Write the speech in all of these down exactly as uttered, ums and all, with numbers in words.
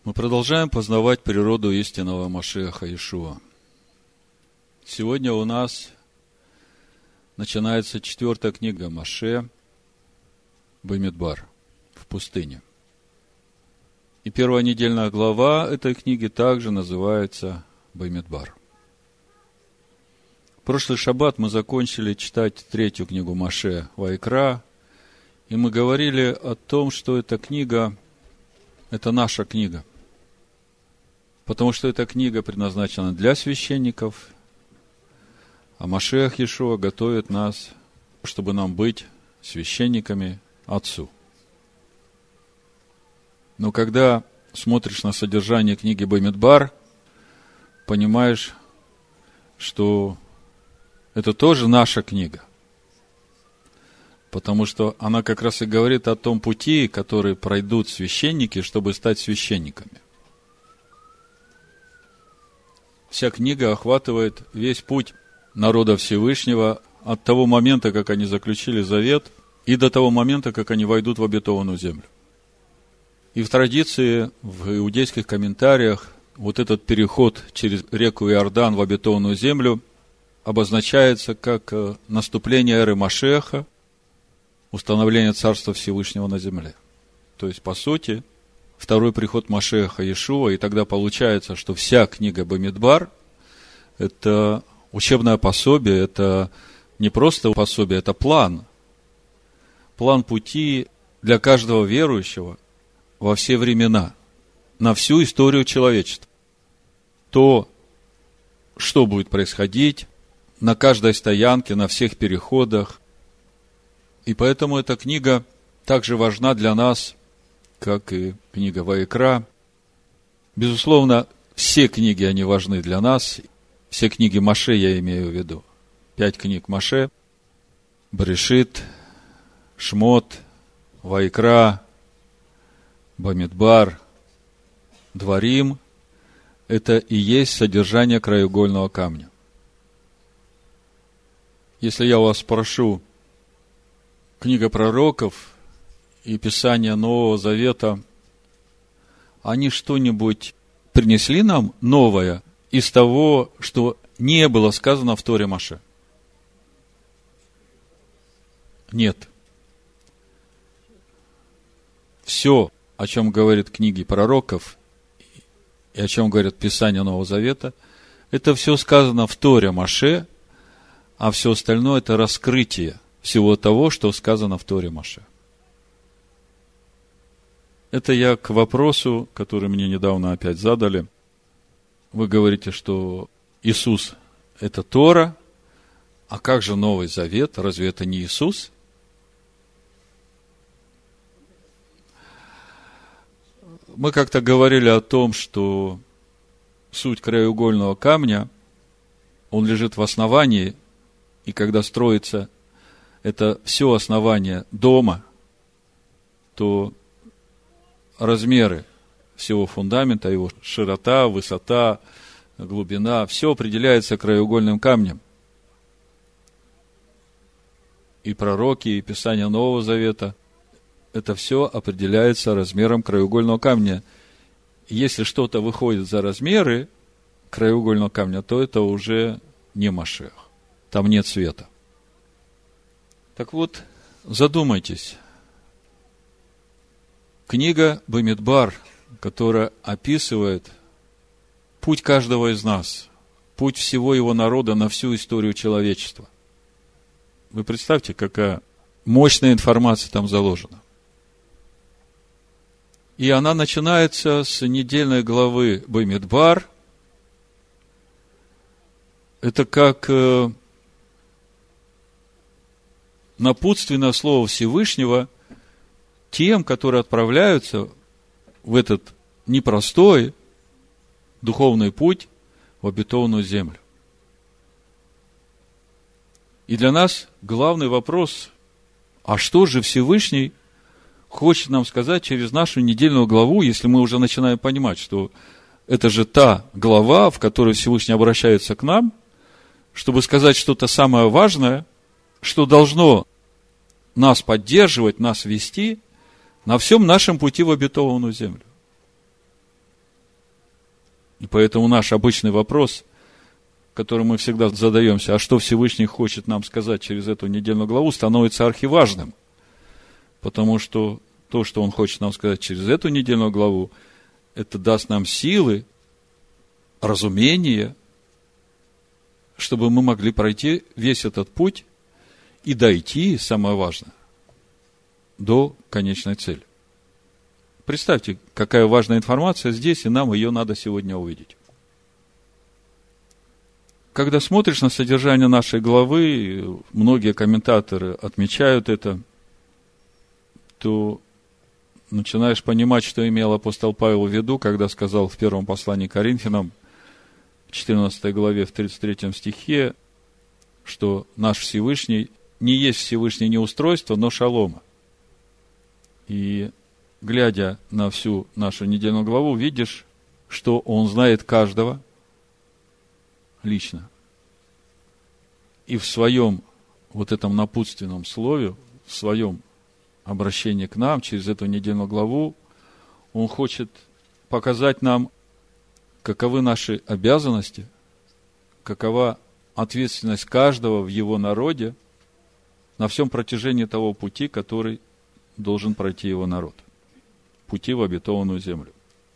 Мы продолжаем познавать природу истинного Машиаха Иешуа. Сегодня у нас начинается четвертая книга Моше Бамидбар в пустыне. И первая недельная глава этой книги также называется Бамидбар. В прошлый шаббат мы закончили читать третью книгу Моше Ваикра, и мы говорили о том, что эта книга – это наша книга. Потому что эта книга предназначена для священников, а Машиах Иешуа готовит нас, чтобы нам быть священниками Отцу. Но когда смотришь на содержание книги Бамидбар, понимаешь, что это тоже наша книга. Потому что она как раз и говорит о том пути, который пройдут священники, чтобы стать священниками. Вся книга охватывает весь путь народа Всевышнего от того момента, как они заключили завет, и до того момента, как они войдут в обетованную землю. И в традиции, в иудейских комментариях, вот этот переход через реку Иордан в обетованную землю обозначается как наступление эры Машиаха, установление Царства Всевышнего на земле. То есть, по сути, второй приход Машиаха Иешуа, и тогда получается, что вся книга Бамидбар – это учебное пособие, это не просто пособие, это план. План пути для каждого верующего во все времена, на всю историю человечества. То, что будет происходить на каждой стоянке, на всех переходах. И поэтому эта книга также важна для нас, как и книга Ваикра. Безусловно, все книги, они важны для нас. Все книги Моше я имею в виду. Пять книг Моше: Брешит, Шмот, Ваикра, Бамидбар, Дворим. Это и есть содержание краеугольного камня. Если я вас спрошу, книга пророков и Писание Нового Завета, они что-нибудь принесли нам новое из того, что не было сказано в Торе Моше? Нет. Все, о чем говорят книги пророков и о чем говорят Писания Нового Завета, это все сказано в Торе Моше, а все остальное – это раскрытие всего того, что сказано в Торе Моше. Это я к вопросу, который мне недавно опять задали. Вы говорите, что Иисус – это Тора, а как же Новый Завет? Разве это не Иисус? Мы как-то говорили о том, что суть краеугольного камня, он лежит в основании, и когда строится это все основание дома, то размеры всего фундамента, его широта, высота, глубина, все определяется краеугольным камнем. И пророки, и Писание Нового Завета, это все определяется размером краеугольного камня. Если что-то выходит за размеры краеугольного камня, то это уже не Машиах. Там нет света. Так вот, задумайтесь. Книга Бамидбар, которая описывает путь каждого из нас, путь всего его народа на всю историю человечества. Вы представьте, какая мощная информация там заложена. И она начинается с недельной главы Бамидбар. Это как напутственное слово Всевышнего тем, которые отправляются в этот непростой духовный путь в обетованную землю. И для нас главный вопрос: а что же Всевышний хочет нам сказать через нашу недельную главу, если мы уже начинаем понимать, что это же та глава, в которой Всевышний обращается к нам, чтобы сказать что-то самое важное, что должно нас поддерживать, нас вести на всем нашем пути в обетованную землю. И поэтому наш обычный вопрос, который мы всегда задаемся, а что Всевышний хочет нам сказать через эту недельную главу, становится архиважным. Потому что то, что Он хочет нам сказать через эту недельную главу, это даст нам силы, разумение, чтобы мы могли пройти весь этот путь и дойти, самое важное, до конечной цели. Представьте, какая важная информация здесь, и нам ее надо сегодня увидеть. Когда смотришь на содержание нашей главы, многие комментаторы отмечают это, то начинаешь понимать, что имел апостол Павел в виду, когда сказал в первом послании к Коринфянам, в четырнадцатой главе, в тридцать третьем стихе, что наш Всевышний не есть Всевышний не устройство, но шалома. И глядя на всю нашу недельную главу, видишь, что Он знает каждого лично. И в своем вот этом напутственном слове, в своем обращении к нам через эту недельную главу, Он хочет показать нам, каковы наши обязанности, какова ответственность каждого в Его народе на всем протяжении того пути, который должен пройти Его народ. Пути в обетованную землю.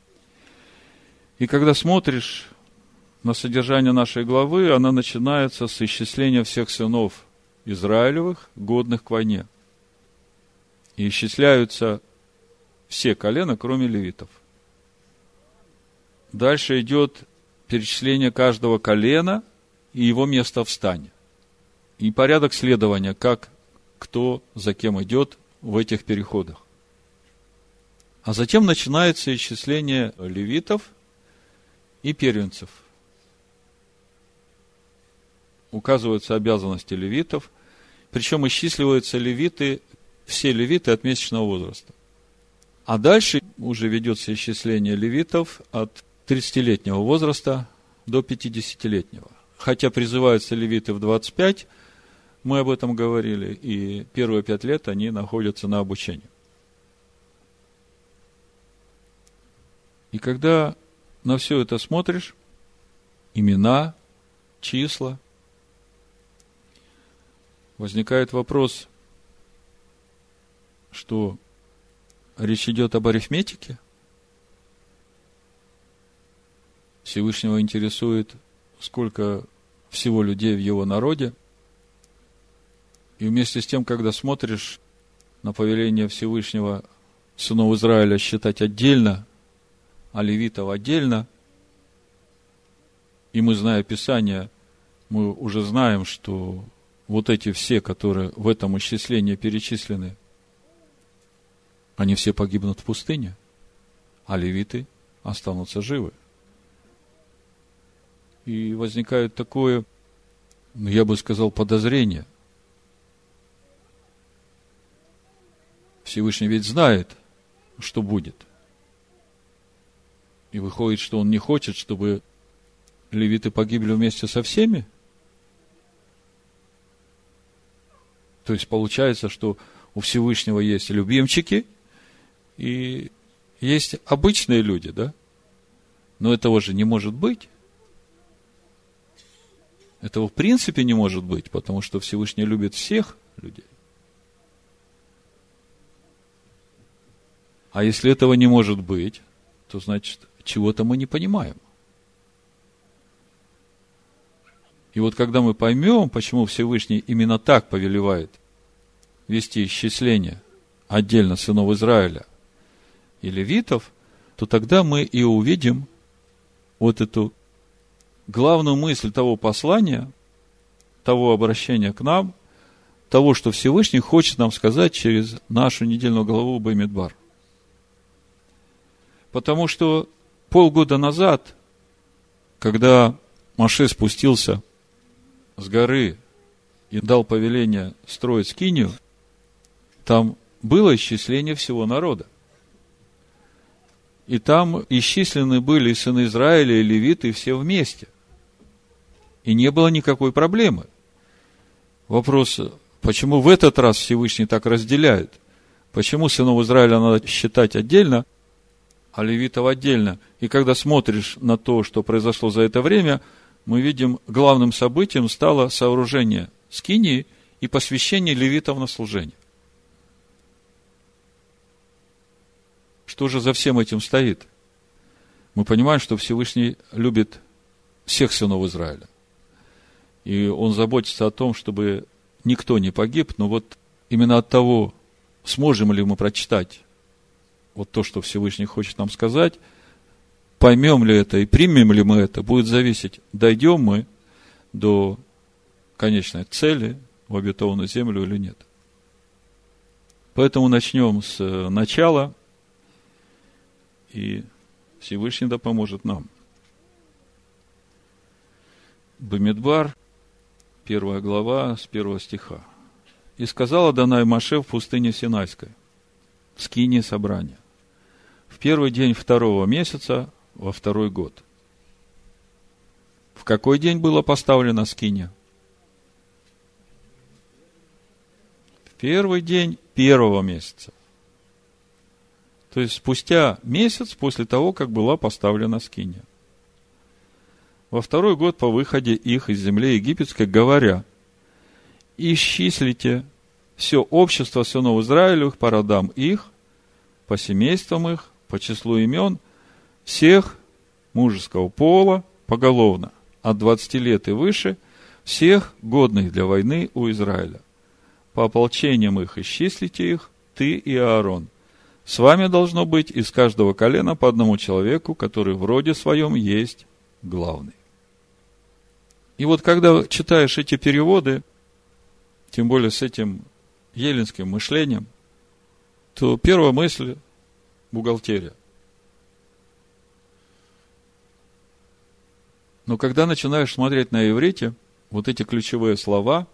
И когда смотришь на содержание нашей главы, она начинается с исчисления всех сынов Израилевых, годных к войне. И исчисляются все колена, кроме левитов. Дальше идет перечисление каждого колена и его место в стане. И порядок следования, как кто за кем идет в этих переходах. А затем начинается исчисление левитов и первенцев. Указываются обязанности левитов, причем исчисливаются левиты, все левиты от месячного возраста. А дальше уже ведется исчисление левитов от тридцатилетнего возраста до пятидесятилетнего. Хотя призываются левиты в двадцать пять, мы об этом говорили, и первые пять лет они находятся на обучении. И когда на все это смотришь, имена, числа, возникает вопрос, что речь идет об арифметике. Всевышнего интересует, сколько всего людей в его народе. И вместе с тем, когда смотришь на повеление Всевышнего сынов Израиля считать отдельно, а левитов отдельно, и мы, зная Писание, мы уже знаем, что вот эти все, которые в этом исчислении перечислены, они все погибнут в пустыне, а левиты останутся живы. И возникает такое, ну, я бы сказал, подозрение. Всевышний ведь знает, что будет. И выходит, что Он не хочет, чтобы левиты погибли вместе со всеми. То есть получается, что у Всевышнего есть любимчики и есть обычные люди, да? Но этого же не может быть. Этого в принципе не может быть, потому что Всевышний любит всех людей. А если этого не может быть, то значит, чего-то мы не понимаем. И вот когда мы поймем, почему Всевышний именно так повелевает вести исчисление отдельно сынов Израиля и левитов, то тогда мы и увидим вот эту главную мысль того послания, того обращения к нам, того, что Всевышний хочет нам сказать через нашу недельную главу Бамидбар. Потому что полгода назад, когда Моше спустился с горы и дал повеление строить скинию, там было исчисление всего народа. И там исчислены были и сыны Израиля, и левиты, и все вместе. И не было никакой проблемы. Вопрос, почему в этот раз Всевышний так разделяет? Почему сынов Израиля надо считать отдельно, а левитов отдельно. И когда смотришь на то, что произошло за это время, мы видим, главным событием стало сооружение скинии и посвящение левитов на служение. Что же за всем этим стоит? Мы понимаем, что Всевышний любит всех сынов Израиля. И Он заботится о том, чтобы никто не погиб, но вот именно от того, сможем ли мы прочитать вот то, что Всевышний хочет нам сказать, поймем ли это и примем ли мы это, будет зависеть, дойдем мы до конечной цели в обетованную землю или нет. Поэтому начнем с начала, и Всевышний да поможет нам. Бамидбар, первая глава, с первого стиха. «И сказал Адонай Моше в пустыне Синайской, в скинии собрания, в первый день второго месяца, во второй год». В какой день была поставлена скиния? В первый день первого месяца. То есть, спустя месяц после того, как была поставлена скиния. Во второй год по выходе их из земли египетской, говоря: исчислите все общество сынов Израилевых по родам их, по семействам их, по числу имен, всех мужеского пола поголовно, от двадцати лет и выше, всех годных для войны у Израиля. По ополчениям их исчислите их, ты и Аарон. С вами должно быть из каждого колена по одному человеку, который в роде своем есть главный. И вот когда читаешь эти переводы, тем более с этим еллинским мышлением, то первая мысль – бухгалтерия. Но когда начинаешь смотреть на иврите, вот эти ключевые слова,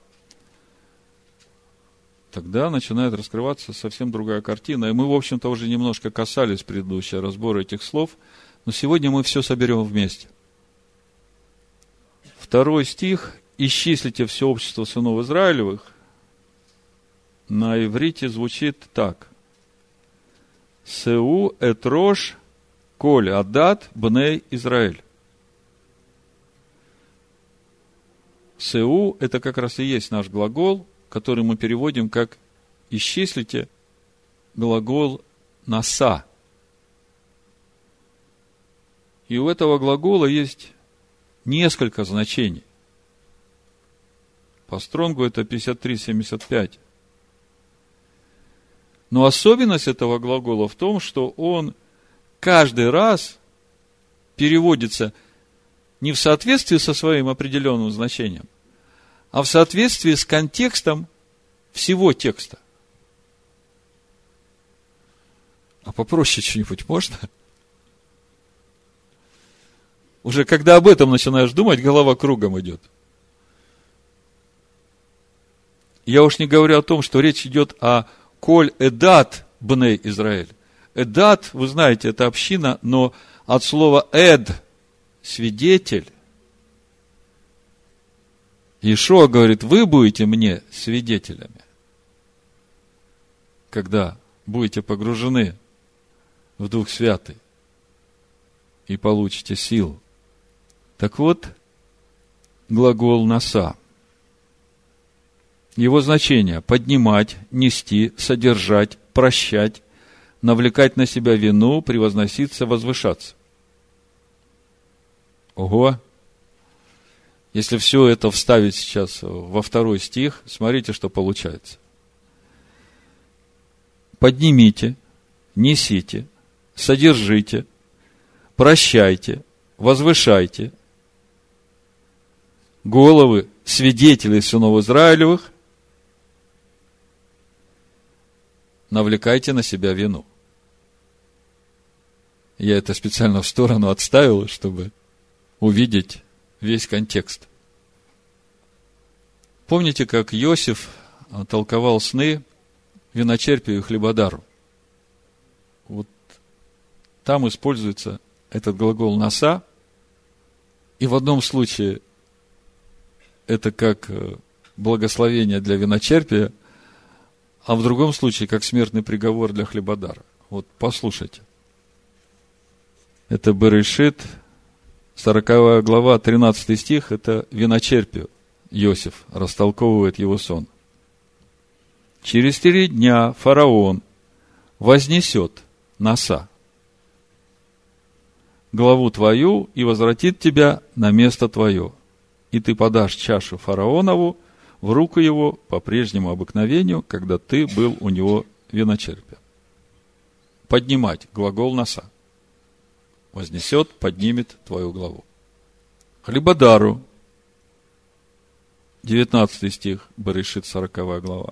тогда начинает раскрываться совсем другая картина. И мы, в общем-то, уже немножко касались предыдущего разбора этих слов, но сегодня мы все соберем вместе. Второй стих: «Исчислите все общество сынов Израилевых», на иврите звучит так: «Сеу этрош коль адат бней Израиль». «Сеу» – это как раз и есть наш глагол, который мы переводим как «исчислите», глагол «наса». И у этого глагола есть несколько значений. По Стронгу это пятьдесят три семьдесят пять. Но особенность этого глагола в том, что он каждый раз переводится не в соответствии со своим определенным значением, а в соответствии с контекстом всего текста. А попроще что-нибудь можно? Уже когда об этом начинаешь думать, голова кругом идет. Я уж не говорю о том, что речь идет о коль эдат бней Израиль. Эдат, вы знаете, это община, но от слова эд, свидетель. Иешуа говорит: вы будете мне свидетелями, когда будете погружены в Дух Святый и получите силу. Так вот, глагол «наса». Его значение: поднимать, нести, содержать, прощать, навлекать на себя вину, превозноситься, возвышаться. Ого! Если все это вставить сейчас во второй стих, смотрите, что получается. Поднимите, несите, содержите, прощайте, возвышайте головы свидетелей сынов Израилевых, навлекайте на себя вину. Я это специально в сторону отставил, чтобы увидеть весь контекст. Помните, как Иосиф толковал сны виночерпию и хлебодару? Вот там используется этот глагол «наса», и в одном случае это как благословение для виночерпия, а в другом случае как смертный приговор для хлебодара. Вот послушайте. Это Берешит, сороковая глава, тринадцатый стих, это виночерпие. Иосиф растолковывает его сон. Через три дня фараон вознесет носа, главу твою, и возвратит тебя на место твое. И ты подашь чашу фараонову в руку его по прежнему обыкновению, когда ты был у него виночерпие. Поднимать, глагол носа. Вознесет, поднимет твою главу. Хлебодару, девятнадцатый стих, Берешит, сороковая глава.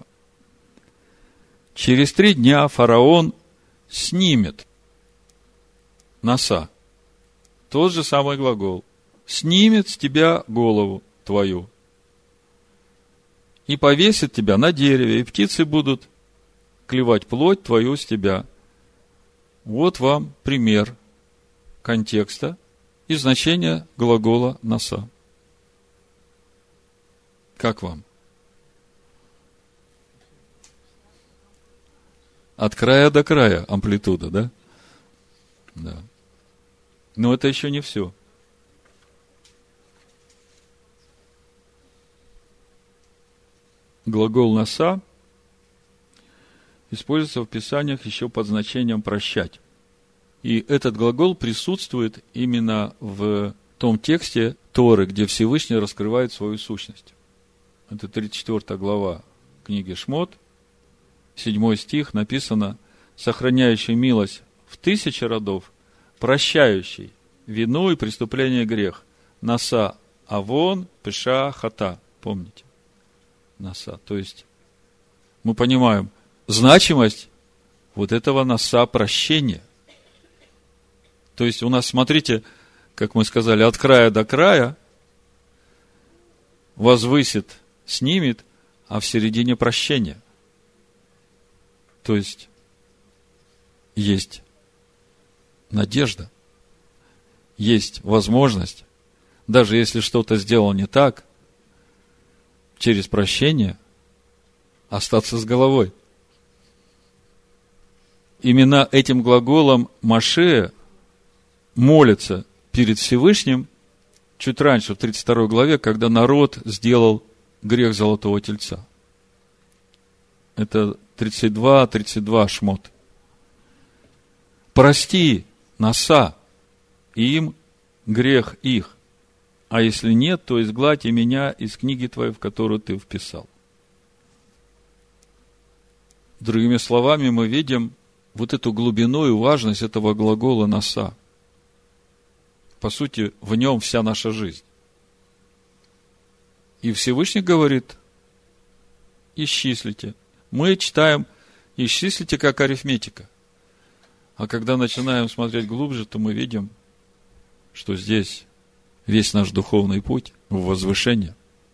Через три дня фараон снимет носа. Тот же самый глагол. Снимет с тебя голову твою. И повесит тебя на дереве, и птицы будут клевать плоть твою с тебя. Вот вам пример контекста и значения глагола носа. Как вам? От края до края амплитуда, да? Да. Но это еще не все. Глагол носа используется в Писаниях еще под значением прощать. И этот глагол присутствует именно в том тексте Торы, где Всевышний раскрывает свою сущность. Это тридцать четвёртая глава книги Шмот, седьмой стих, написано: сохраняющий милость в тысячи родов, прощающий вину и преступление и грех. Наса авон пеша хата. Помните? Наса. То есть мы понимаем значимость вот этого носа прощения. То есть у нас, смотрите, как мы сказали, от края до края возвысит, снимет, а в середине прощения. То есть есть надежда, есть возможность, даже если что-то сделал не так, через прощение остаться с головой. Именно этим глаголом Моше молится перед Всевышним чуть раньше, в тридцать второй главе, когда народ сделал грех золотого тельца. Это тридцать два, тридцать два Шмот. Прости носа, и им грех их. А если нет, то изгладь и меня из книги твоей, в которую ты вписал. Другими словами, мы видим вот эту глубину и важность этого глагола носа. По сути, в нем вся наша жизнь. И Всевышний говорит: исчислите. Мы читаем: исчислите как арифметика. А когда начинаем смотреть глубже, то мы видим, что здесь весь наш духовный путь в возвышение.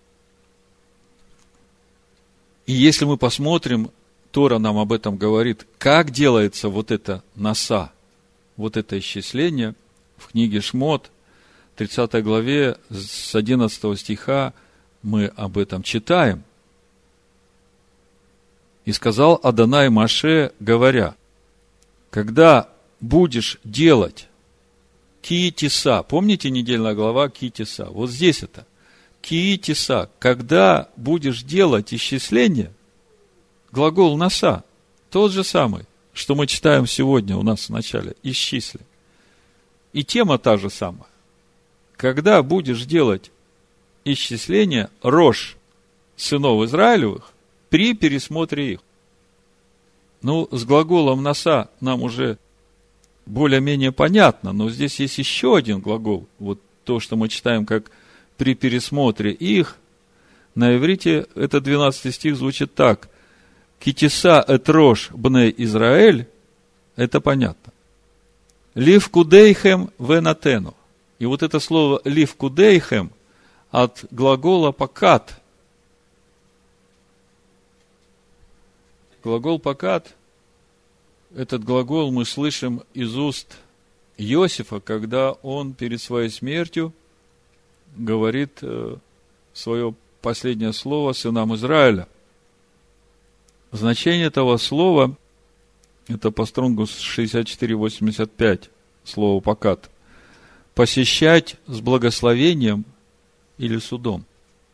И если мы посмотрим, Тора нам об этом говорит, как делается вот это носа, вот это исчисление. В книге Шмот, тридцатой главе, с одиннадцатого стиха мы об этом читаем. И сказал Адонай Моше, говоря: когда будешь делать ки-тиса, помните недельная глава ки-тиса? Вот здесь это. Ки-тиса, когда будешь делать исчисление, глагол носа, тот же самый, что мы читаем сегодня у нас в начале, исчисли. И тема та же самая. Когда будешь делать исчисление рож сынов Израилевых при пересмотре их. Ну, с глаголом носа нам уже более-менее понятно, но здесь есть еще один глагол. Вот то, что мы читаем как при пересмотре их. На иврите это двенадцатый стих звучит так: китиса эт рож бней Израэль, это понятно. Ливкудейхем венатену. И вот это слово ливкудейхем от глагола покат. Глагол покат, этот глагол мы слышим из уст Иосифа, когда он перед своей смертью говорит свое последнее слово сынам Израиля. Значение этого слова, это по Стронгу шестьдесят четыре восемьдесят пять, слово покат. посещать с благословением или судом.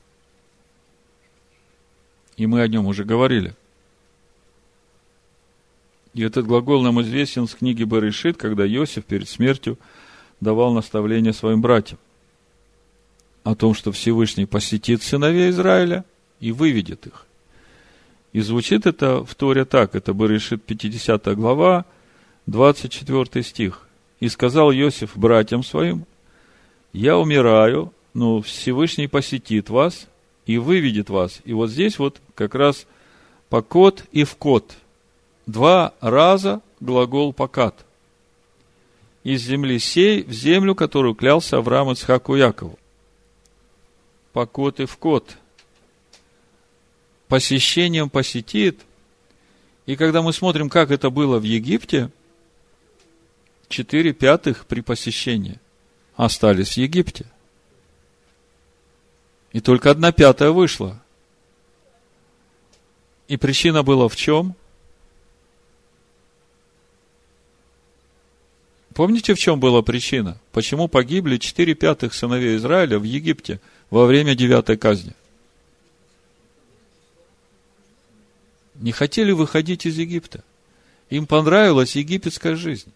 И мы о нем уже говорили. И этот глагол нам известен с книги Берешит, когда Иосиф перед смертью давал наставление своим братьям о том, что Всевышний посетит сыновей Израиля и выведет их. И звучит это в Торе так, это Берешит пятидесятая глава, двадцать четвёртый стих. «И сказал Иосиф братьям своим: я умираю, но Всевышний посетит вас и выведет вас». И вот здесь вот как раз покот и вкот. Два раза глагол покат. Из земли сей в землю, которую клялся Авраам, Ицхаку и Якову. Покот и вкот. Посещением посетит. И когда мы смотрим, как это было в Египте, четыре пятых при посещении остались в Египте. И только одна пятая вышла. И причина была в чем? Помните, в чем была причина? Почему погибли четыре пятых сыновей Израиля в Египте во время девятой казни? Не хотели выходить из Египта. Им понравилась египетская жизнь.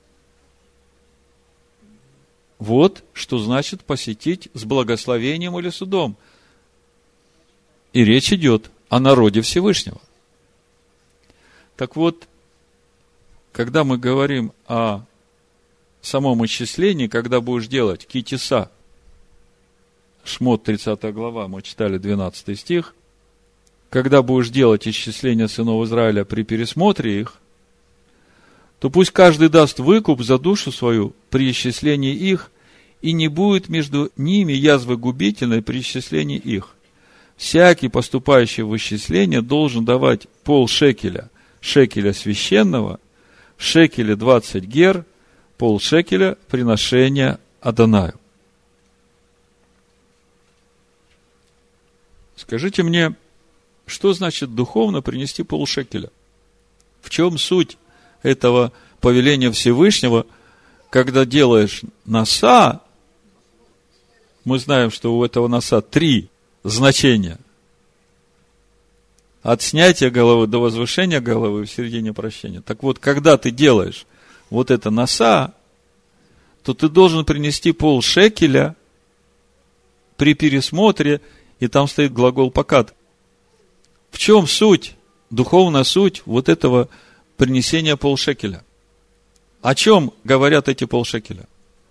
Вот что значит посетить с благословением или судом. И речь идет о народе Всевышнего. Так вот, когда мы говорим о самом исчислении, когда будешь делать китиса, Шмот тридцатая глава, мы читали двенадцатый стих, когда будешь делать исчисление сынов Израиля при пересмотре их, то пусть каждый даст выкуп за душу свою при исчислении их, и не будет между ними язвы губительной при исчислении их. Всякий, поступающий в исчисление, должен давать пол шекеля, шекеля священного, в шекеле двадцать гер, пол шекеля приношения Адонаю. Скажите мне, что значит духовно принести полшекеля? В чем суть этого повеления Всевышнего, когда делаешь носа? Мы знаем, что у этого носа три значения. От снятия головы до возвышения головы в середине прощения. Так вот, когда ты делаешь вот это носа, то ты должен принести полшекеля при пересмотре, и там стоит глагол покат. В чем суть, духовная суть вот этого принесения полшекеля? О чем говорят эти полшекеля?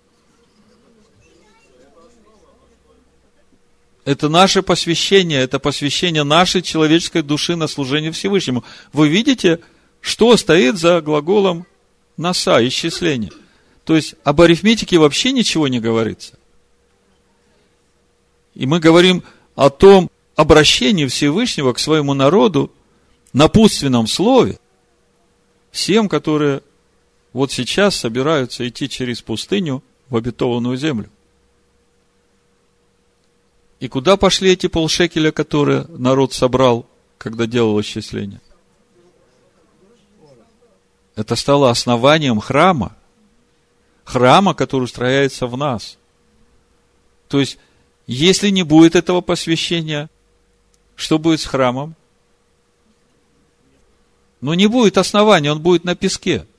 Это наше посвящение, это посвящение нашей человеческой души на служение Всевышнему. Вы видите, что стоит за глаголом носа, исчисление? То есть, об арифметике вообще ничего не говорится. И мы говорим о том обращении Всевышнего к своему народу, напутственном слове, всем, которые вот сейчас собираются идти через пустыню в обетованную землю. И куда пошли эти полшекеля, которые народ собрал, когда делал исчисление? Это стало основанием храма. Храма, который устрояется в нас. То есть, если не будет этого посвящения, что будет с храмом? Ну, не будет основания, он будет на песке.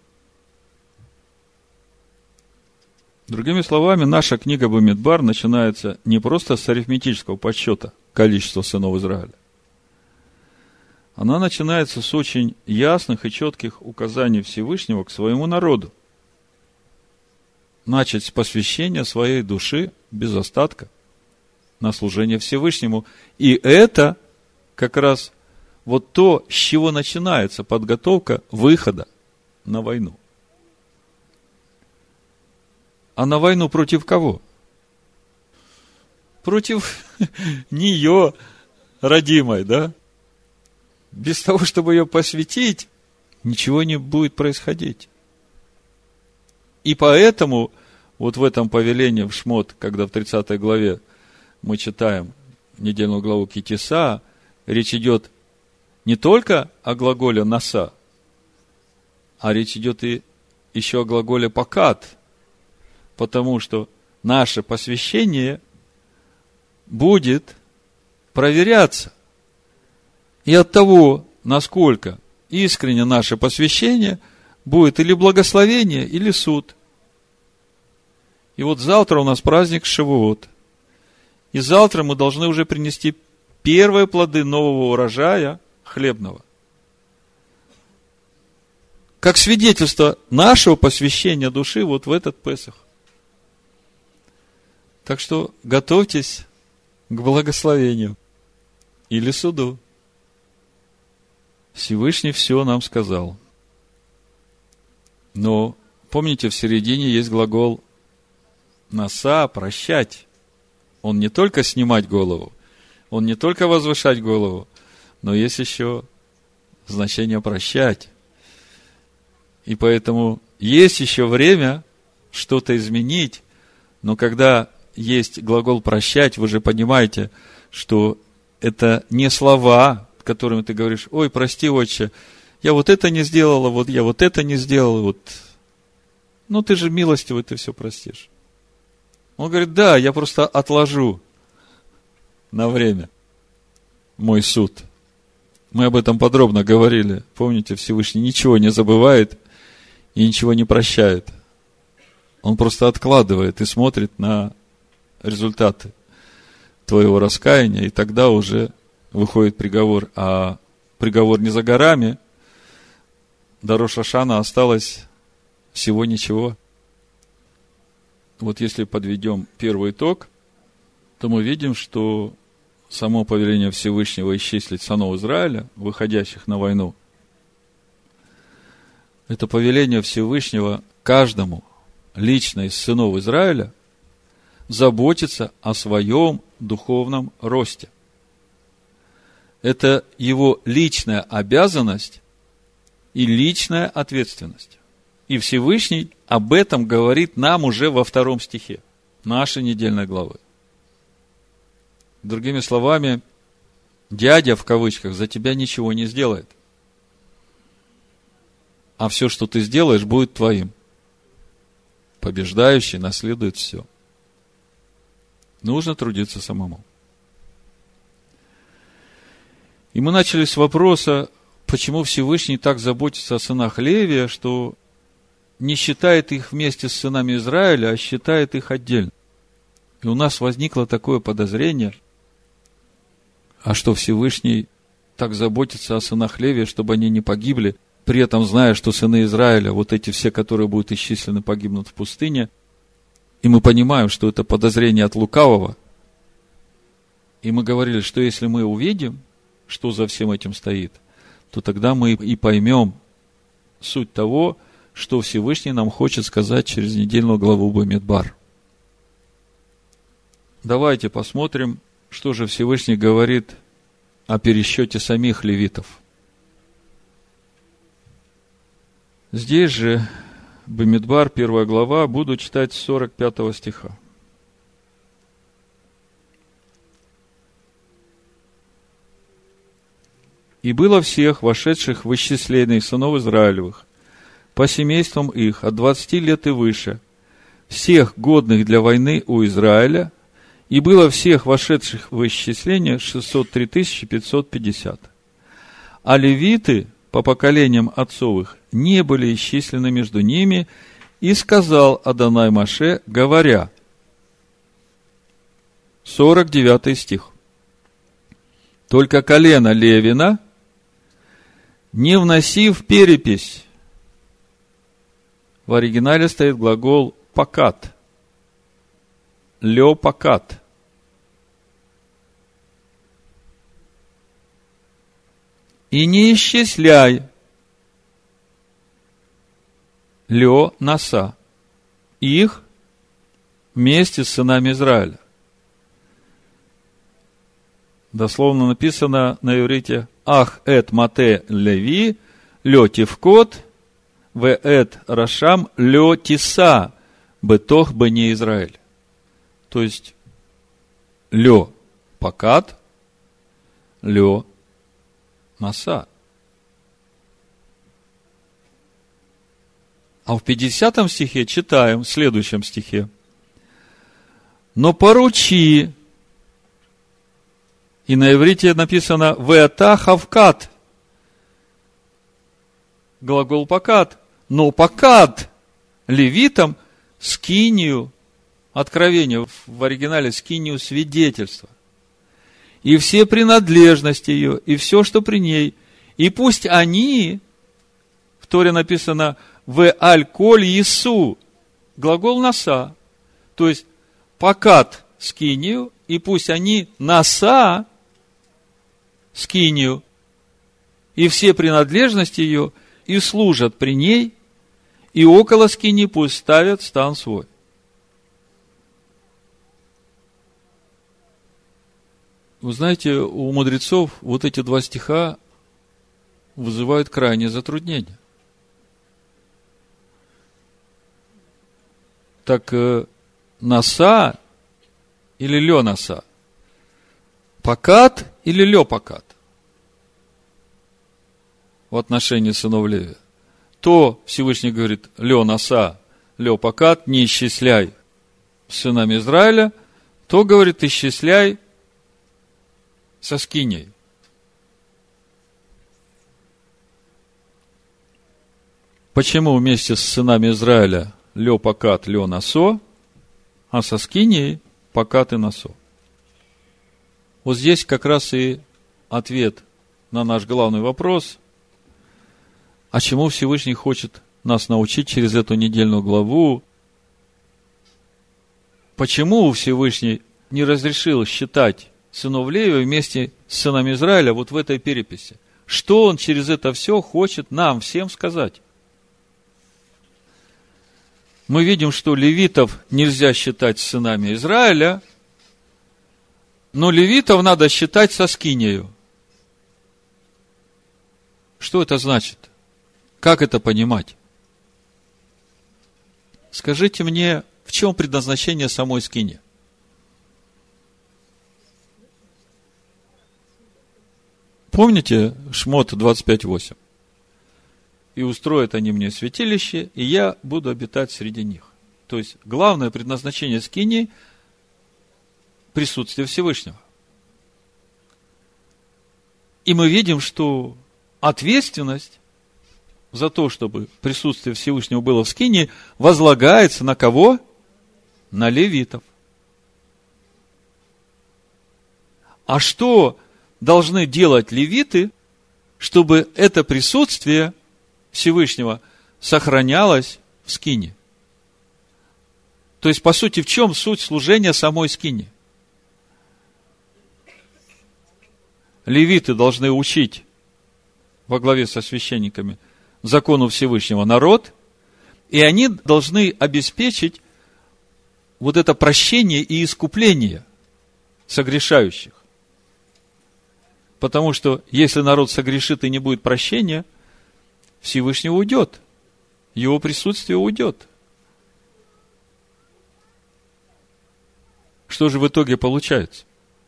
Другими словами, наша книга Бамидбар начинается не просто с арифметического подсчета количества сынов Израиля. Она начинается с очень ясных и четких указаний Всевышнего к своему народу. Начать с посвящения своей души без остатка на служение Всевышнему. И это как раз вот то, с чего начинается подготовка выхода на войну. А на войну против кого? Против нее, родимой, да? Без того, чтобы ее посвятить, ничего не будет происходить. И поэтому вот в этом повелении в Шмот, когда в тридцатой главе мы читаем недельную главу Китиса, речь идет не только о глаголе носа, а речь идет и еще о глаголе покат. Потому что наше посвящение будет проверяться. И от того, насколько искренне наше посвящение, будет или благословение, или суд. И вот завтра у нас праздник Шавуот. И завтра мы должны уже принести первые плоды нового урожая хлебного. Как свидетельство нашего посвящения души вот в этот Песах. Так что готовьтесь к благословению или суду. Всевышний все нам сказал. Но, помните, в середине есть глагол «наса», «прощать». Он не только снимать голову, он не только возвышать голову, но есть еще значение «прощать». И поэтому есть еще время что-то изменить, но когда есть глагол «прощать», вы же понимаете, что это не слова, которыми ты говоришь: ой, прости, отче, я вот это не сделала, вот я вот это не сделал, вот. Ну, ты же милостивый, ты все простишь. Он говорит: да, я просто отложу на время мой суд. Мы об этом подробно говорили. Помните, Всевышний ничего не забывает и ничего не прощает. Он просто откладывает и смотрит на результаты твоего раскаяния, и тогда уже выходит приговор. А приговор не за горами. До Рош ха-Шана осталось всего ничего. Вот если подведем первый итог, то мы видим, что само повеление Всевышнего исчислить сынов Израиля, выходящих на войну, это повеление Всевышнего каждому лично из сынов Израиля заботиться о своем духовном росте. Это его личная обязанность и личная ответственность. И Всевышний об этом говорит нам уже во втором стихе нашей недельной главы. Другими словами, дядя, в кавычках, за тебя ничего не сделает. А все, что ты сделаешь, будет твоим. Побеждающий наследует все. Нужно трудиться самому. И мы начали с вопроса, почему Всевышний так заботится о сынах Левия, что не считает их вместе с сынами Израиля, а считает их отдельно. И у нас возникло такое подозрение, а что Всевышний так заботится о сынах Левия, чтобы они не погибли, при этом зная, что сыны Израиля, вот эти все, которые будут исчислены, погибнут в пустыне. И мы понимаем, что это подозрение от лукавого. И мы говорили, что если мы увидим, что за всем этим стоит, то тогда мы и поймем суть того, что Всевышний нам хочет сказать через недельную главу Бамидбар. Давайте посмотрим, что же Всевышний говорит о пересчете самих левитов. Здесь же, Бамидбар, первая глава, буду читать с сорок пятого стиха. «И было всех, вошедших в исчисление сынов Израилевых, по семействам их, от двадцати лет и выше, всех годных для войны у Израиля, и было всех вошедших в исчисление шестьсот три тысячи пятьсот пятьдесят. А левиты по поколениям отцовых не были исчислены между ними, и сказал Адонай Моше, говоря», сорок девятый стих, «только колено Левина не вноси в перепись». В оригинале стоит глагол «пакат». «Лё пакат». «И не исчисляй лё наса их вместе с сынами Израиля». Дословно написано на иврите «Ах эт мате леви лё тивкот в эт рашам лё тиса бетох бне Израиль». То есть лё пакат, лё наса. А в пятидесятом стихе читаем, в следующем стихе: но поручи. И на иврите написано «веата хавкат». Глагол «покат». Но покат левитам скинию откровения, в оригинале скинию свидетельства. И все принадлежности ее, и все, что при ней. И пусть они, в Торе написано «в аль-коль Иису», глагол «носа». То есть, покат скинию, и пусть они носа скинию, и все принадлежности ее, и служат при ней, и около скинии пусть ставят стан свой. Вы знаете, у мудрецов вот эти два стиха вызывают крайнее затруднение. Так носа или лё носа? Покат или лё покат? В отношении сынов Левия. То Всевышний говорит, лё носа, лё покат, не исчисляй сынами Израиля, то, говорит, исчисляй со скиней. Почему вместе с сынами Израиля лё покат, лё носо, а со скиней покат и носо? Вот здесь как раз и ответ на наш главный вопрос, а чему Всевышний хочет нас научить через эту недельную главу. Почему Всевышний не разрешил считать сынов Левия вместе с сынами Израиля вот в этой переписи? Что он через это все хочет нам всем сказать? Мы видим, что левитов нельзя считать сынами Израиля, но левитов надо считать со скинею. Что это значит? Как это понимать? Скажите мне, в чем предназначение самой скини? Помните Шмот двадцать пять восемь? И устроят они мне святилище, и я буду обитать среди них. То есть, главное предназначение скинии – присутствие Всевышнего. И мы видим, что ответственность за то, чтобы присутствие Всевышнего было в скинии, возлагается на кого? На левитов. А что должны делать левиты, чтобы это присутствие Всевышнего сохранялось в скине? То есть, по сути, в чем суть служения самой скини? Левиты должны учить во главе со священниками закону Всевышнего народ, и они должны обеспечить вот это прощение и искупление согрешающих. Потому что если народ согрешит и не будет прощения, Всевышний уйдет, его присутствие уйдет. Что же в итоге получается?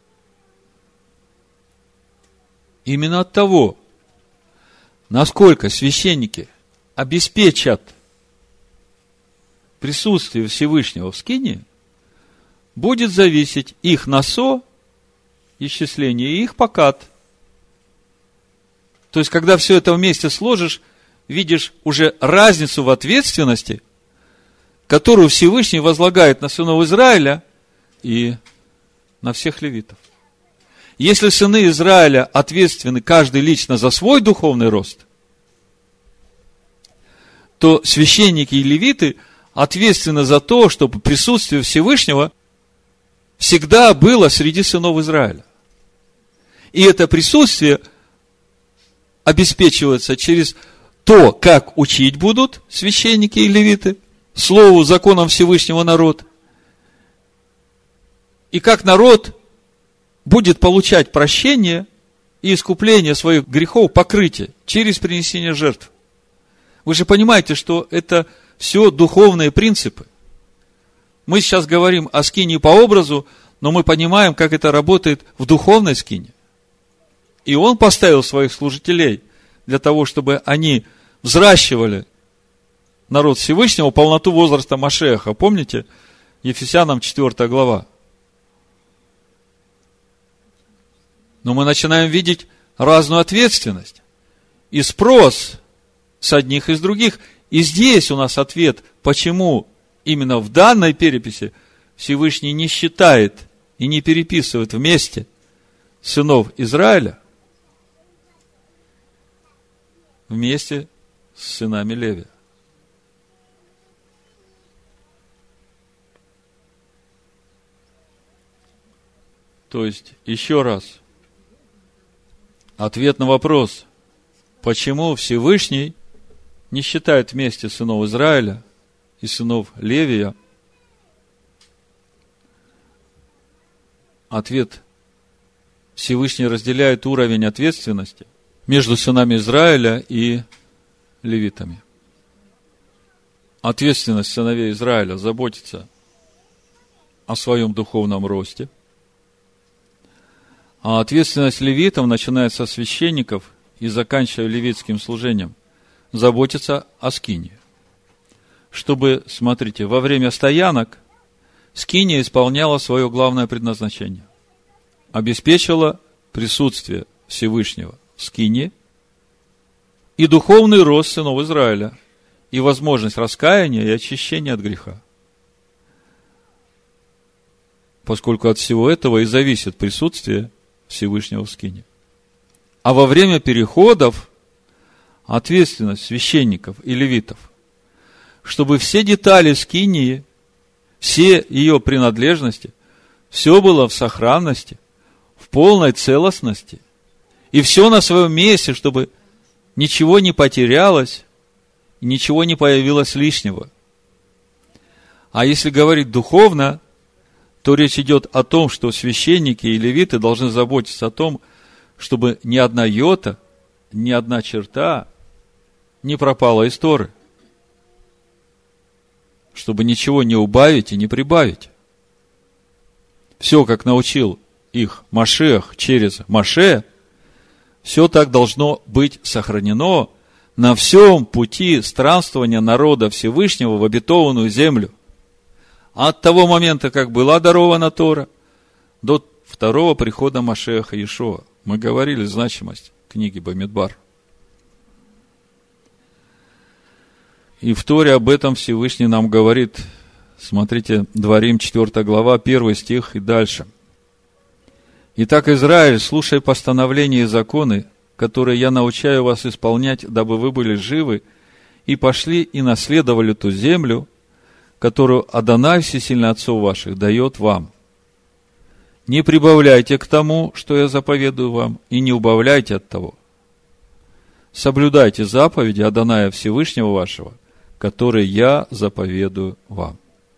Именно от того, насколько священники обеспечат присутствие Всевышнего в скинии, будет зависеть их носо, исчисление, и их покат. То есть, когда все это вместе сложишь, видишь уже разницу в ответственности, которую Всевышний возлагает на сынов Израиля и на всех левитов. Если сыны Израиля ответственны каждый лично за свой духовный рост, то священники и левиты ответственны за то, чтобы присутствие Всевышнего всегда было среди сынов Израиля. И это присутствие обеспечивается через то, как учить будут священники и левиты, слову, законам Всевышнего народ, и как народ будет получать прощение и искупление своих грехов, покрытие через принесение жертв. Вы же понимаете, что это все духовные принципы. Мы сейчас говорим о скинии по образу, но мы понимаем, как это работает в духовной скине. И он поставил своих служителей для того, чтобы они взращивали народ Всевышнего, полноту возраста Машеха. Помните? Ефесянам четвёртая глава. Но мы начинаем видеть разную ответственность и спрос с одних и с других. И здесь у нас ответ, почему именно в данной переписи Всевышний не считает и не переписывает вместе сынов Израиля вместе с сынами Левия. То есть, еще раз, ответ на вопрос, почему Всевышний не считает вместе сынов Израиля и сынов Левия, ответ: Всевышний разделяет уровень ответственности между сынами Израиля и левитами. Ответственность сыновей Израиля заботиться о своем духовном росте, а ответственность левитов, начиная со священников и заканчивая левитским служением, заботиться о скинии. Чтобы, смотрите, во время стоянок скиния исполняла свое главное предназначение. Обеспечила присутствие Всевышнего в скинии и духовный рост сынов Израиля, и возможность раскаяния и очищения от греха. Поскольку от всего этого и зависит присутствие Всевышнего в скинии. А во время переходов ответственность священников и левитов, чтобы все детали скинии, все ее принадлежности, все было в сохранности, в полной целостности, и все на своем месте, чтобы ничего не потерялось, ничего не появилось лишнего. А если говорить духовно, то речь идет о том, что священники и левиты должны заботиться о том, чтобы ни одна йота, ни одна черта не пропала из Торы. Чтобы ничего не убавить и не прибавить. Все, как научил их Машиах через Моше, все так должно быть сохранено на всем пути странствования народа Всевышнего в обетованную землю. От того момента, как была дарована Тора, до второго прихода Машиаха Иешуа. Мы говорили значимость книги Бамидбар. И в Торе об этом Всевышний нам говорит. Смотрите, Дворим, четвёртая глава, первый стих и дальше. «Итак, Израиль, слушай постановления и законы, которые я научаю вас исполнять, дабы вы были живы, и пошли и наследовали ту землю, которую Адонай, всесильный отцов ваших, дает вам. Не прибавляйте к тому, что я заповедую вам, и не убавляйте от того. Соблюдайте заповеди Адоная Всевышнего вашего, которые я заповедую вам».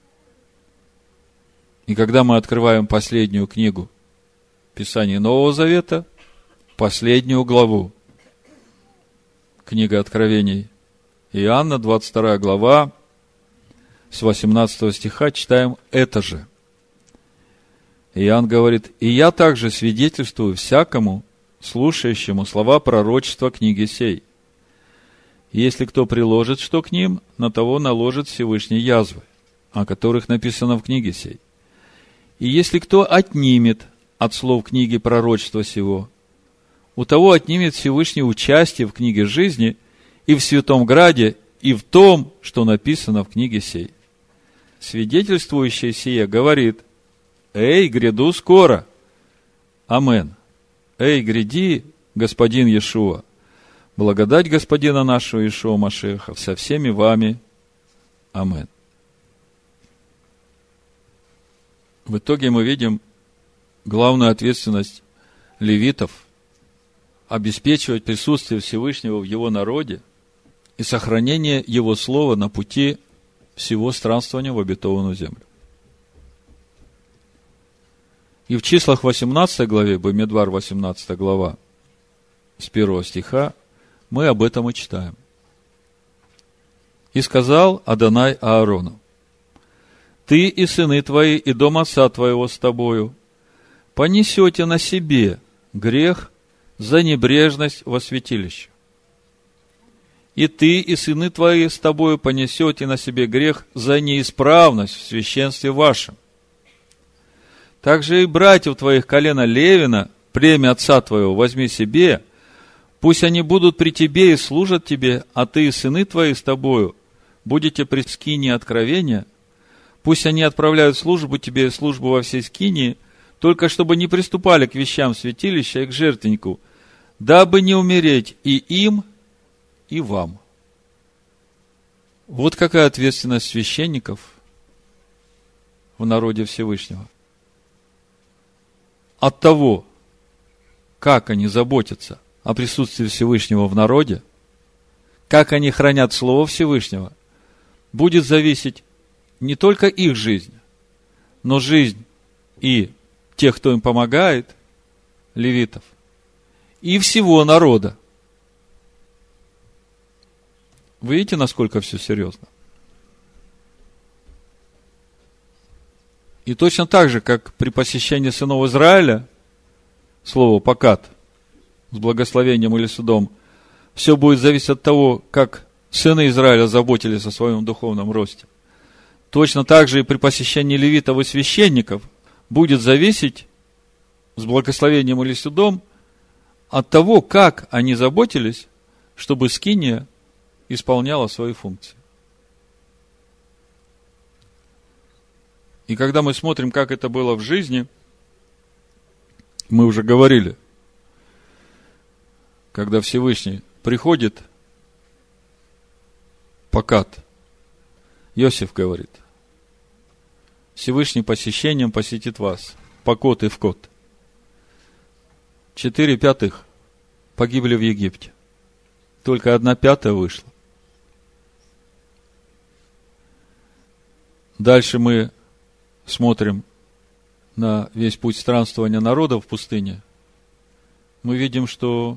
И когда мы открываем последнюю книгу Писания Нового Завета, последнюю главу, книга Откровений Иоанна, двадцать вторая глава, с восемнадцатого стиха читаем это же. Иоанн говорит: «И я также свидетельствую всякому, слушающему слова пророчества книги сей. Если кто приложит что к ним, на того наложит Всевышний язвы, о которых написано в книге сей. И если кто отнимет от слов книги пророчества сего, у того отнимет Всевышний участие в книге жизни и в святом граде, и в том, что написано в книге сей. Свидетельствующий сие говорит: Эй, гряду скоро! Амен. Эй, гряди, Господин Иешуа! Благодать Господина нашего Иешуа Машиаха со всеми вами. Амен». В итоге мы видим главную ответственность левитов обеспечивать присутствие Всевышнего в его народе и сохранение его слова на пути всего странствования в обетованную землю. И в числах восемнадцатой главе, Бамидбар восемнадцатая глава, с первого стиха, мы об этом и читаем. «И сказал Адонай Аарону: ты и сыны твои, и дом отца твоего с тобою понесете на себе грех за небрежность во святилище. И ты и сыны твои с тобою понесете на себе грех за неисправность в священстве вашем. Также и братьев твоих колена Левина племя отца твоего возьми себе, пусть они будут при тебе и служат тебе, а ты и сыны твои с тобою будете при скинии откровения. Пусть они отправляют службу тебе, службу во всей скинии, только чтобы не приступали к вещам святилища и к жертвеннику, дабы не умереть и им, и вам. Вот какая ответственность священников в народе Всевышнего. От того, как они заботятся о присутствии Всевышнего в народе, как они хранят Слово Всевышнего, будет зависеть не только их жизнь, но жизнь и тех, кто им помогает, левитов, и всего народа. Вы видите, насколько все серьезно? И точно так же, как при посещении сынов Израиля, слово «покат» с благословением или судом, все будет зависеть от того, как сыны Израиля заботились о своем духовном росте. Точно так же и при посещении левитов и священников будет зависеть с благословением или судом от того, как они заботились, чтобы скиния исполняла свои функции. И когда мы смотрим, как это было в жизни, мы уже говорили, когда Всевышний приходит, покат, Иосиф говорит, Всевышний посещением посетит вас, покот и вкот. Четыре пятых погибли в Египте. Только одна пятая вышла. Дальше мы смотрим на весь путь странствования народа в пустыне. Мы видим, что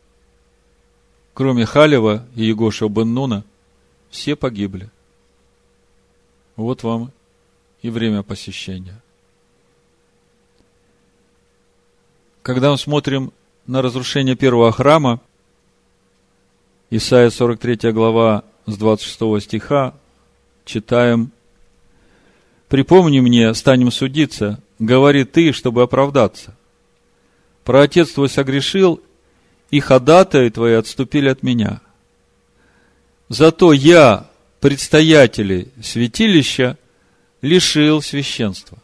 кроме Халева и Егошева бен Нуна, все погибли. Вот вам и время посещения. Когда мы смотрим на разрушение первого храма, Исайя сорок третья глава с двадцать шестого стиха, читаем: «Припомни мне, станем судиться, говори ты, чтобы оправдаться. Праотец твой согрешил, и ходатаи твои отступили от меня. Зато я, предстоятелей святилища, лишил священства.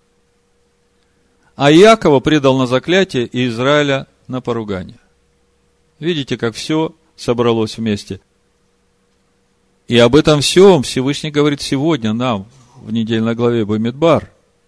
А Иакова предал на заклятие и Израиля на поругание». Видите, как все собралось вместе. И об этом всем Всевышний говорит сегодня нам, в недельной главе Бамидбар.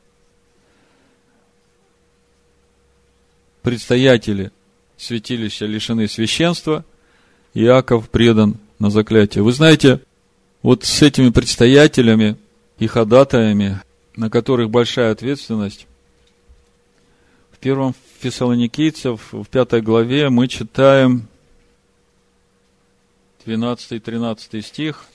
Предстоятели святилища лишены священства, Иаков предан на заклятие. Вы знаете, вот с этими предстоятелями и ходатаями, на которых большая ответственность, в первом Фессалоникийцев, в пятой главе, мы читаем двенадцатый-тринадцатый стих.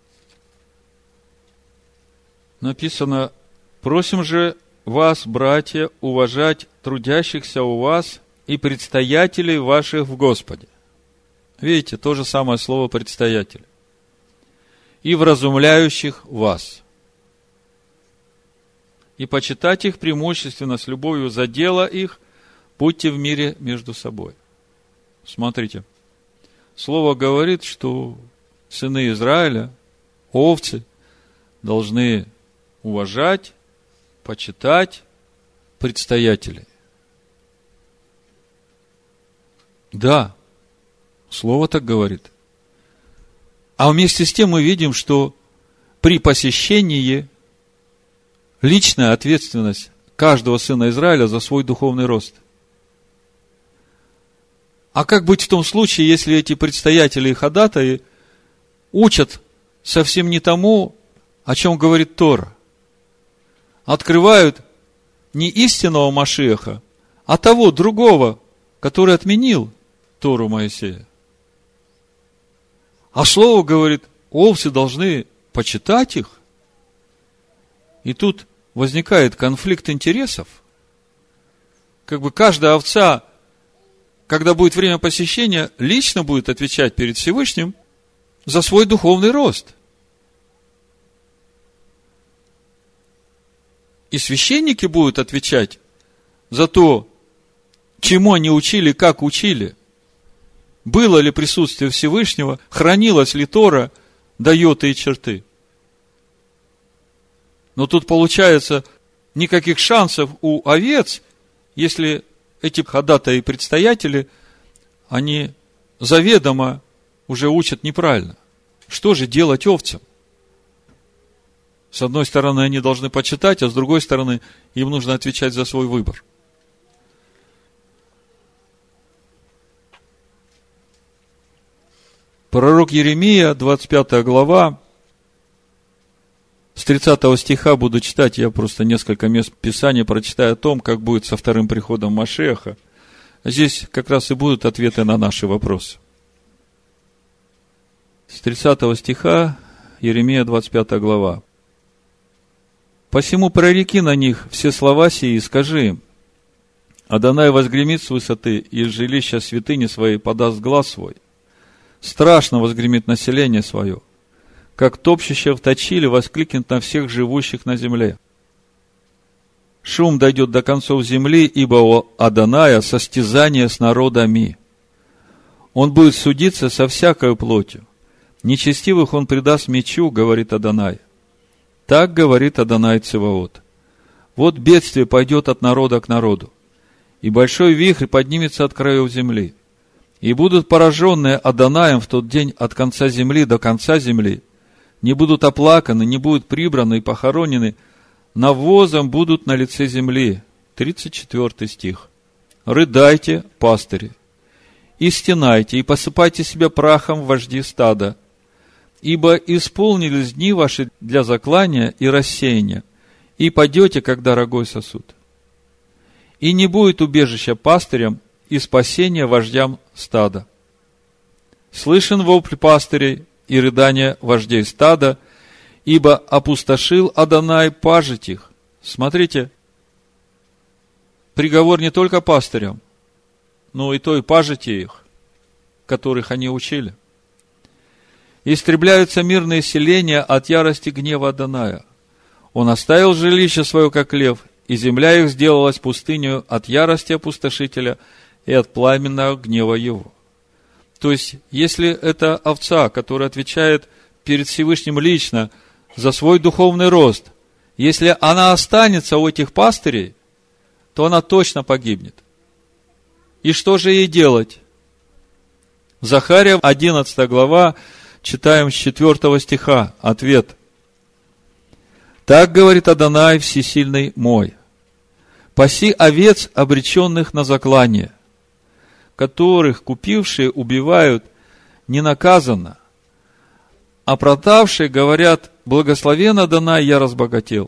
Написано: «Просим же вас, братья, уважать трудящихся у вас и предстоятелей ваших в Господе». Видите, то же самое слово «предстоятель». «И вразумляющих вас. И почитать их преимущественно с любовью за дело их, будьте в мире между собой». Смотрите, слово говорит, что сыны Израиля, овцы, должны уважать, почитать предстоятелей. Да, слово так говорит. А вместе с тем мы видим, что при посещении личная ответственность каждого сына Израиля за свой духовный рост. А как быть в том случае, если эти предстоятели и ходатаи учат совсем не тому, о чем говорит Тора? Открывают не истинного Машиаха, а того другого, который отменил Тору Моисея. А слово говорит, овцы должны почитать их. И тут возникает конфликт интересов. Как бы каждая овца, когда будет время посещения, лично будет отвечать перед Всевышним за свой духовный рост. И священники будут отвечать за то, чему они учили, как учили. Было ли присутствие Всевышнего, хранилась ли Тора, дает и черты. Но тут получается никаких шансов у овец, если эти ходатаи и предстоятели, они заведомо уже учат неправильно. Что же делать овцам? С одной стороны, они должны почитать, а с другой стороны, им нужно отвечать за свой выбор. Пророк Иеремия, двадцать пятая глава, с тридцатого стиха буду читать, я просто несколько мест Писания прочитаю о том, как будет со вторым приходом Машиаха. Здесь как раз и будут ответы на наши вопросы. С тридцатого стиха, Иеремия, двадцать пятая глава. «Посему прореки на них все слова сии и скажи им: Адонай возгремит с высоты, и из жилища святыни своей подаст глас свой. Страшно возгремит население свое, как топчище в точиле воскликнет на всех живущих на земле. Шум дойдет до концов земли, ибо у Адоная состязание с народами. Он будет судиться со всякою плотью. Нечестивых он предаст мечу, говорит Адонай. Так говорит Адонай Цеваот. Вот бедствие пойдет от народа к народу, и большой вихрь поднимется от краев земли. И будут пораженные Адонаем в тот день от конца земли до конца земли, не будут оплаканы, не будут прибраны и похоронены, навозом будут на лице земли». тридцать четвёртый стих. «Рыдайте, пастыри, и стенайте, и посыпайте себя прахом вожди стада, ибо исполнились дни ваши для заклания и рассеяния, и падете, когда рогой сосут. И не будет убежища пастырям и спасения вождям стада. Слышен вопль пастырей и рыдание вождей стада, ибо опустошил Адонай пажить их». Смотрите, приговор не только пастырям, но и той пажити их, которых они учили. «Истребляются мирные селения от ярости гнева Адоная. Он оставил жилище свое, как лев, и земля их сделалась пустынью от ярости опустошителя и от пламенного гнева его». То есть, если это овца, которая отвечает перед Всевышним лично за свой духовный рост, если она останется у этих пастырей, то она точно погибнет. И что же ей делать? Захария, одиннадцатая глава, читаем с четвёртого стиха, ответ. «Так говорит Адонай всесильный мой: паси овец, обреченных на заклание, которых купившие убивают ненаказанно, а продавшие говорят: благословен Адонай, я разбогател.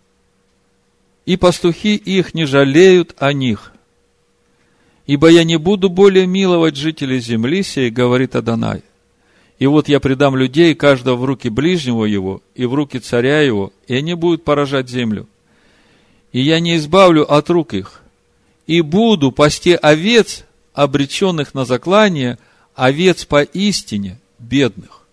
И пастухи их не жалеют о них. Ибо я не буду более миловать жителей земли сей, говорит Адонай. И вот я предам людей, каждого в руки ближнего его, и в руки царя его, и они будут поражать землю. И я не избавлю от рук их, и буду пасти овец, обреченных на заклание, овец поистине бедных.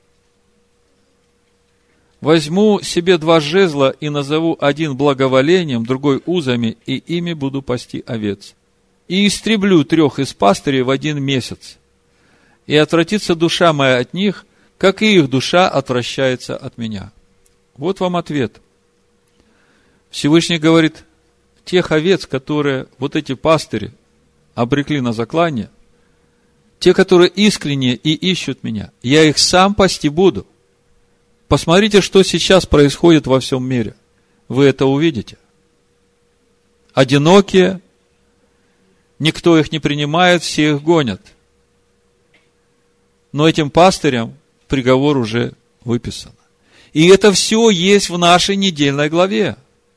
Возьму себе два жезла и назову один благоволением, другой узами, и ими буду пасти овец. И истреблю трех из пастырей в один месяц. И отвратится душа моя от них, как и их душа отвращается от меня». Вот вам ответ. Всевышний говорит: тех овец, которые вот эти пастыри обрекли на заклание, те, которые искренне и ищут меня, я их сам пасти буду. Посмотрите, что сейчас происходит во всем мире. Вы это увидите. Одинокие, никто их не принимает, все их гонят. Но этим пастырям приговор уже выписан. И это все есть в нашей недельной главе.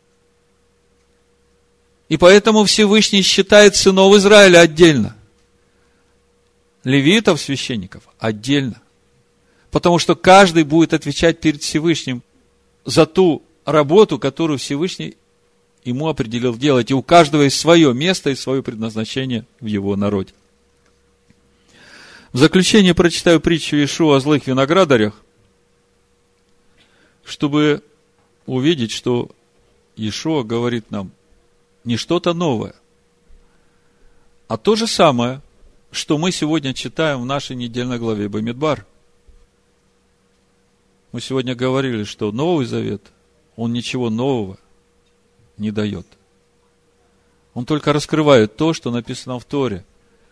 И поэтому Всевышний считает сынов Израиля отдельно. Левитов, священников, отдельно. Потому что каждый будет отвечать перед Всевышним за ту работу, которую Всевышний ему определил делать. И у каждого есть свое место и свое предназначение в его народе. В заключение прочитаю притчу Иешуа о злых виноградарях, чтобы увидеть, что Иешуа говорит нам не что-то новое, А то же самое, что мы сегодня читаем в нашей недельной главе Бамидбар. Мы сегодня говорили, что Новый Завет, он ничего нового не дает. Он только раскрывает то, что написано в Торе.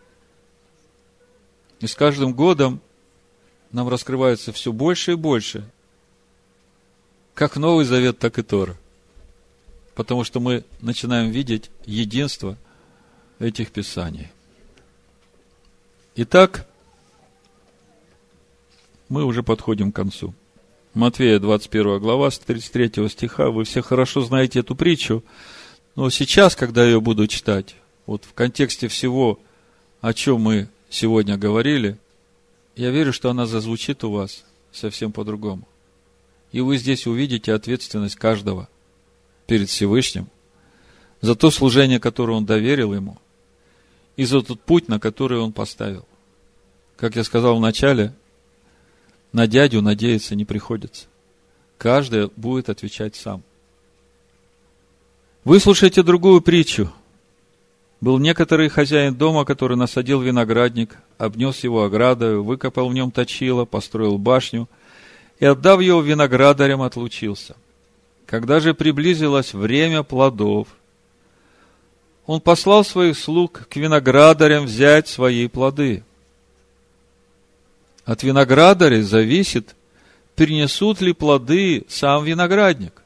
И с каждым годом нам раскрывается все больше и больше, как Новый Завет, так и Тора. Потому что мы начинаем видеть единство этих Писаний. Итак, мы уже подходим к концу. Матфея, двадцать первая глава, с тридцать третьего стиха. Вы все хорошо знаете эту притчу. Но сейчас, когда я ее буду читать, вот в контексте всего, о чем мы сегодня говорили, я верю, что она зазвучит у вас совсем по-другому. И вы здесь увидите ответственность каждого перед Всевышним за то служение, которое Он доверил ему, и за тот путь, на который Он поставил. Как я сказал в начале, на дядю надеяться не приходится. Каждый будет отвечать сам. Выслушайте другую притчу. Был некоторый хозяин дома, который насадил виноградник, обнес его оградою, выкопал в нем точило, построил башню и, отдав его виноградарям, отлучился. Когда же приблизилось время плодов, он послал своих слуг к виноградарям взять свои плоды. От виноградарей зависит, принесут ли плоды сам виноградник.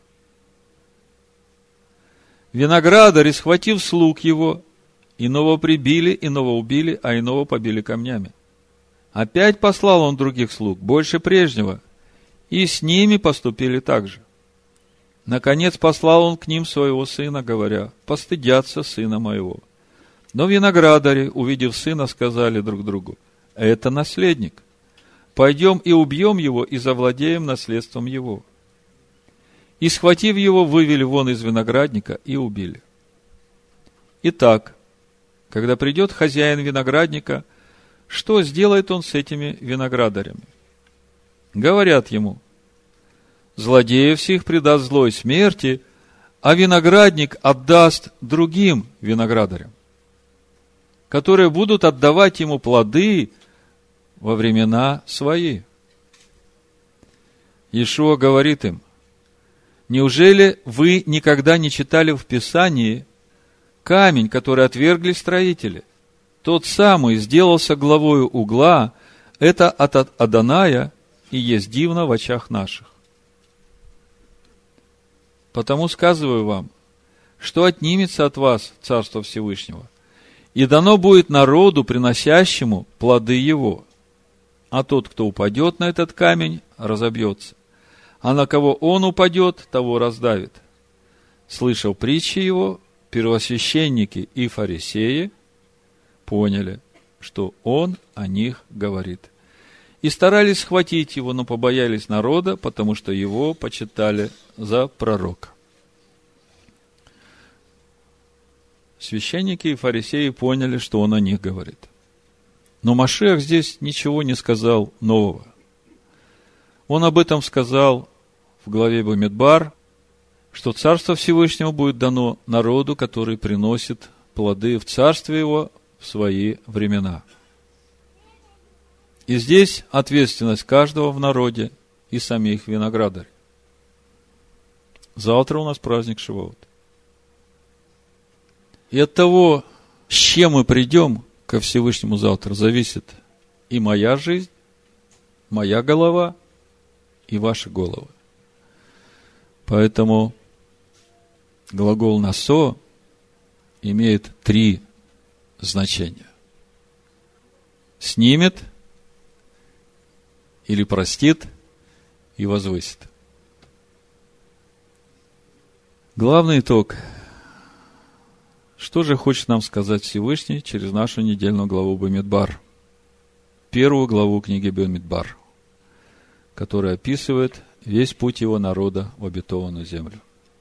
Виноградари, схватив слуг его, иного прибили, иного убили, а иного побили камнями. Опять послал он других слуг, больше прежнего, и с ними поступили так же. Наконец послал он к ним своего сына, говоря: постыдятся сына моего. Но виноградари, увидев сына, сказали друг другу: это наследник. Пойдем и убьем его, и завладеем наследством его. И, схватив его, вывели вон из виноградника и убили. Итак, когда придет хозяин виноградника, что сделает он с этими виноградарями? Говорят ему: злодеев сих предаст злой смерти, а виноградник отдаст другим виноградарям, которые будут отдавать ему плоды во времена свои. Иешуа говорит им: неужели вы никогда не читали в Писании: камень, который отвергли строители, тот самый сделался главою угла, это от Адоная и есть дивно в очах наших. Потому сказываю вам, что отнимется от вас Царство Всевышнего, и дано будет народу, приносящему плоды его. А тот, кто упадет на этот камень, разобьется, а на кого он упадет, того раздавит. Слышав притчи его, первосвященники и фарисеи поняли, что он о них говорит. И старались схватить его, но побоялись народа, потому что его почитали за пророка. Священники и фарисеи поняли, что он о них говорит. Но Машиах здесь ничего не сказал нового. Он об этом сказал в главе Бамидбар, что Царство Всевышнего будет дано народу, который приносит плоды в Царстве Его в свои времена. И здесь ответственность каждого в народе и самих виноградарей. Завтра у нас праздник Шивот. И от того, с чем мы придем ко Всевышнему завтра, зависит и моя жизнь, моя голова, и ваши головы. Поэтому глагол «насо» имеет три значения. Снимет, или простит, и возвысит. Главный итог. Что же хочет нам сказать Всевышний через нашу недельную главу Бамидбар? Первую главу книги Бамидбар, которая описывает весь путь его народа в обетованную землю.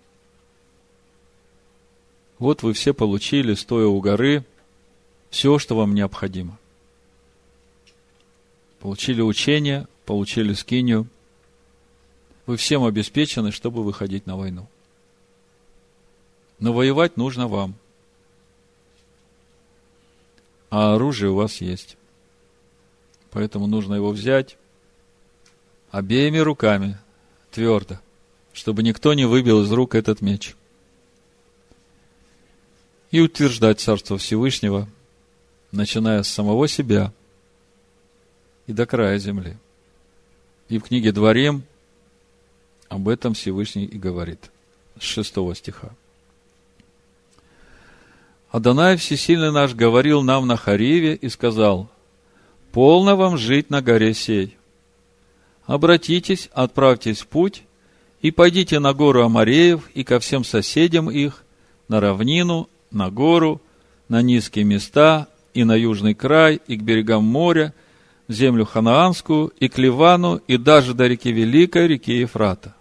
Вот вы все получили, стоя у горы, все, что вам необходимо. Получили учение, получили скинию. Вы всем обеспечены, чтобы выходить на войну. Но воевать нужно вам. а оружие у вас есть. Поэтому нужно его взять обеими руками, твердо, чтобы никто не выбил из рук этот меч. И утверждать Царство Всевышнего, начиная с самого себя и до края земли. И в книге Дворим об этом Всевышний и говорит, с шестого стиха. Адонай Всесильный наш говорил нам на Хариве и сказал: полно вам жить на горе сей. Обратитесь, отправьтесь в путь и пойдите на гору Амореев и ко всем соседям их, на равнину, на гору, на низкие места и на южный край, и к берегам моря, в землю ханаанскую, и к Ливану, и даже до реки Великой, реки Ефрата.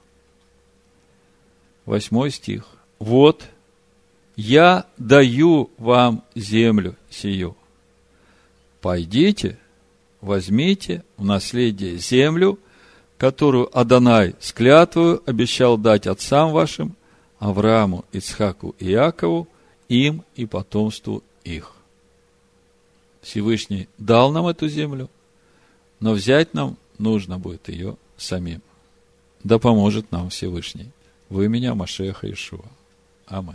Восьмой стих. Вот, я даю вам землю сию. Пойдите, возьмите в наследие землю, которую Адонай с клятвою обещал дать отцам вашим, Аврааму, Ицхаку и Иакову, им и потомству их. Всевышний дал нам эту землю, но взять нам нужно будет ее самим. Да поможет нам Всевышний в имени Машиаха Иешуа. Аминь.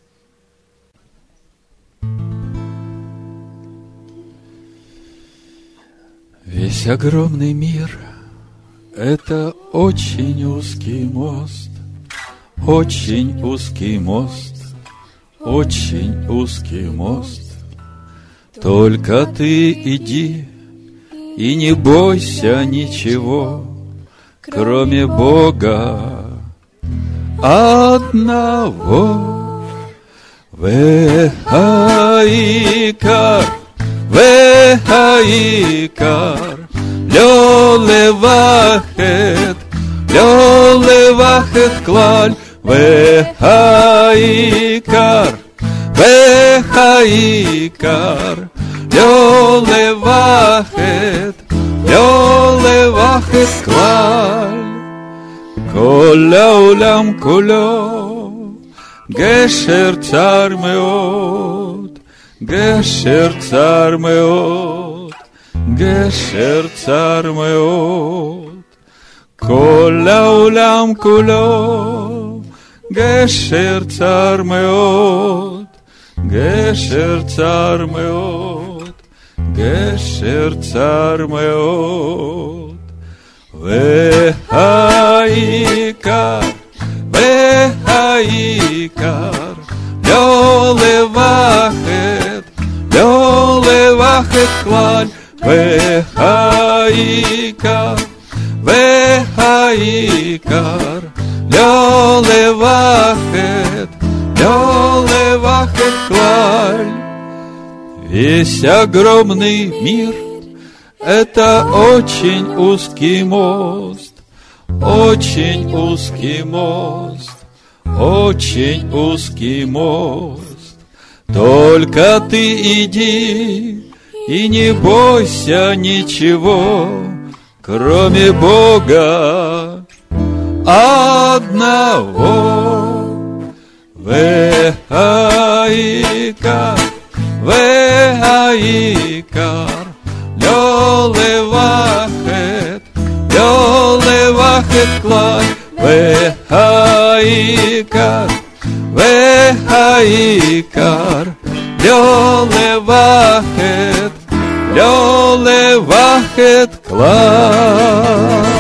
Весь огромный мир – это очень узкий мост, очень узкий мост, очень узкий мост. Только ты иди и не бойся ничего, кроме Бога одного. Вехаикар, вехаикар, лё левахет, лё левахет клаль, вехаикар, вехаикар, лё левахет, лё левахет клаль. כל העולם כולו גשר צר מאוד, גשר צר מאוד, גשר צר מאוד. כל העולם כולו גשר צר מאוד, גשר צר מאוד, גשר צר מאוד. והעיקר, והעיקר, לא לבחת, לא לבחת כלל. והעיקר, והעיקר, לא לבחת, לא לבחת כלל. Весь огромный мир — это очень узкий мост, очень узкий мост, очень узкий мост. Только ты иди и не бойся ничего, кроме Бога одного. Вехаикар, вехаикар, лё левахет, лё левахет клаль. Вехаикар, вехаикар, лё левахет, лё левахет клаль.